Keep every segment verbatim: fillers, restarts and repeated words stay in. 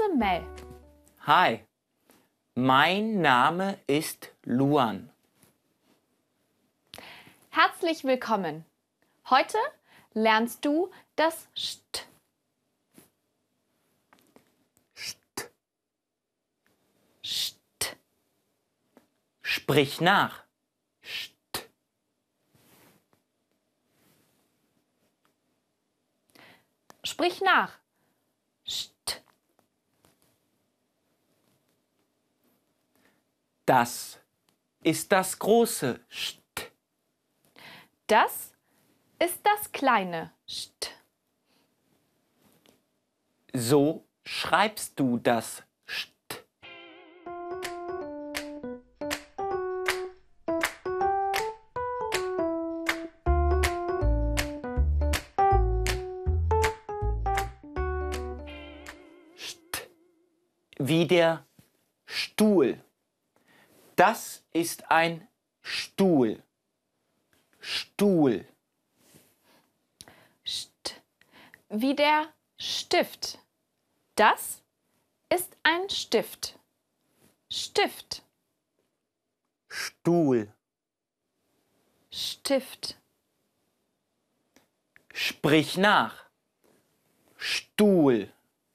Mel. Hi, mein Name ist Luan. Herzlich willkommen. Heute lernst du das St. St. St. Sprich nach. St. Sprich nach. St. Das ist das große St. Das ist das kleine St. So schreibst du das St. St. Wie der Stuhl. Das ist ein Stuhl. Stuhl. St. Wie der Stift. Das ist ein Stift. Stift. Stuhl. Stift. Sprich nach. Stuhl.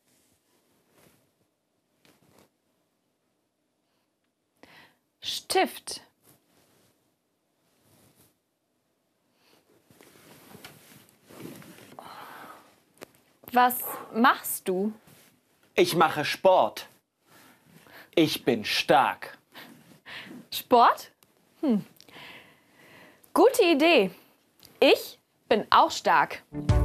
Stift. Was machst du? Ich mache Sport. Ich bin stark. Sport? Hm. Gute Idee. Ich bin auch stark.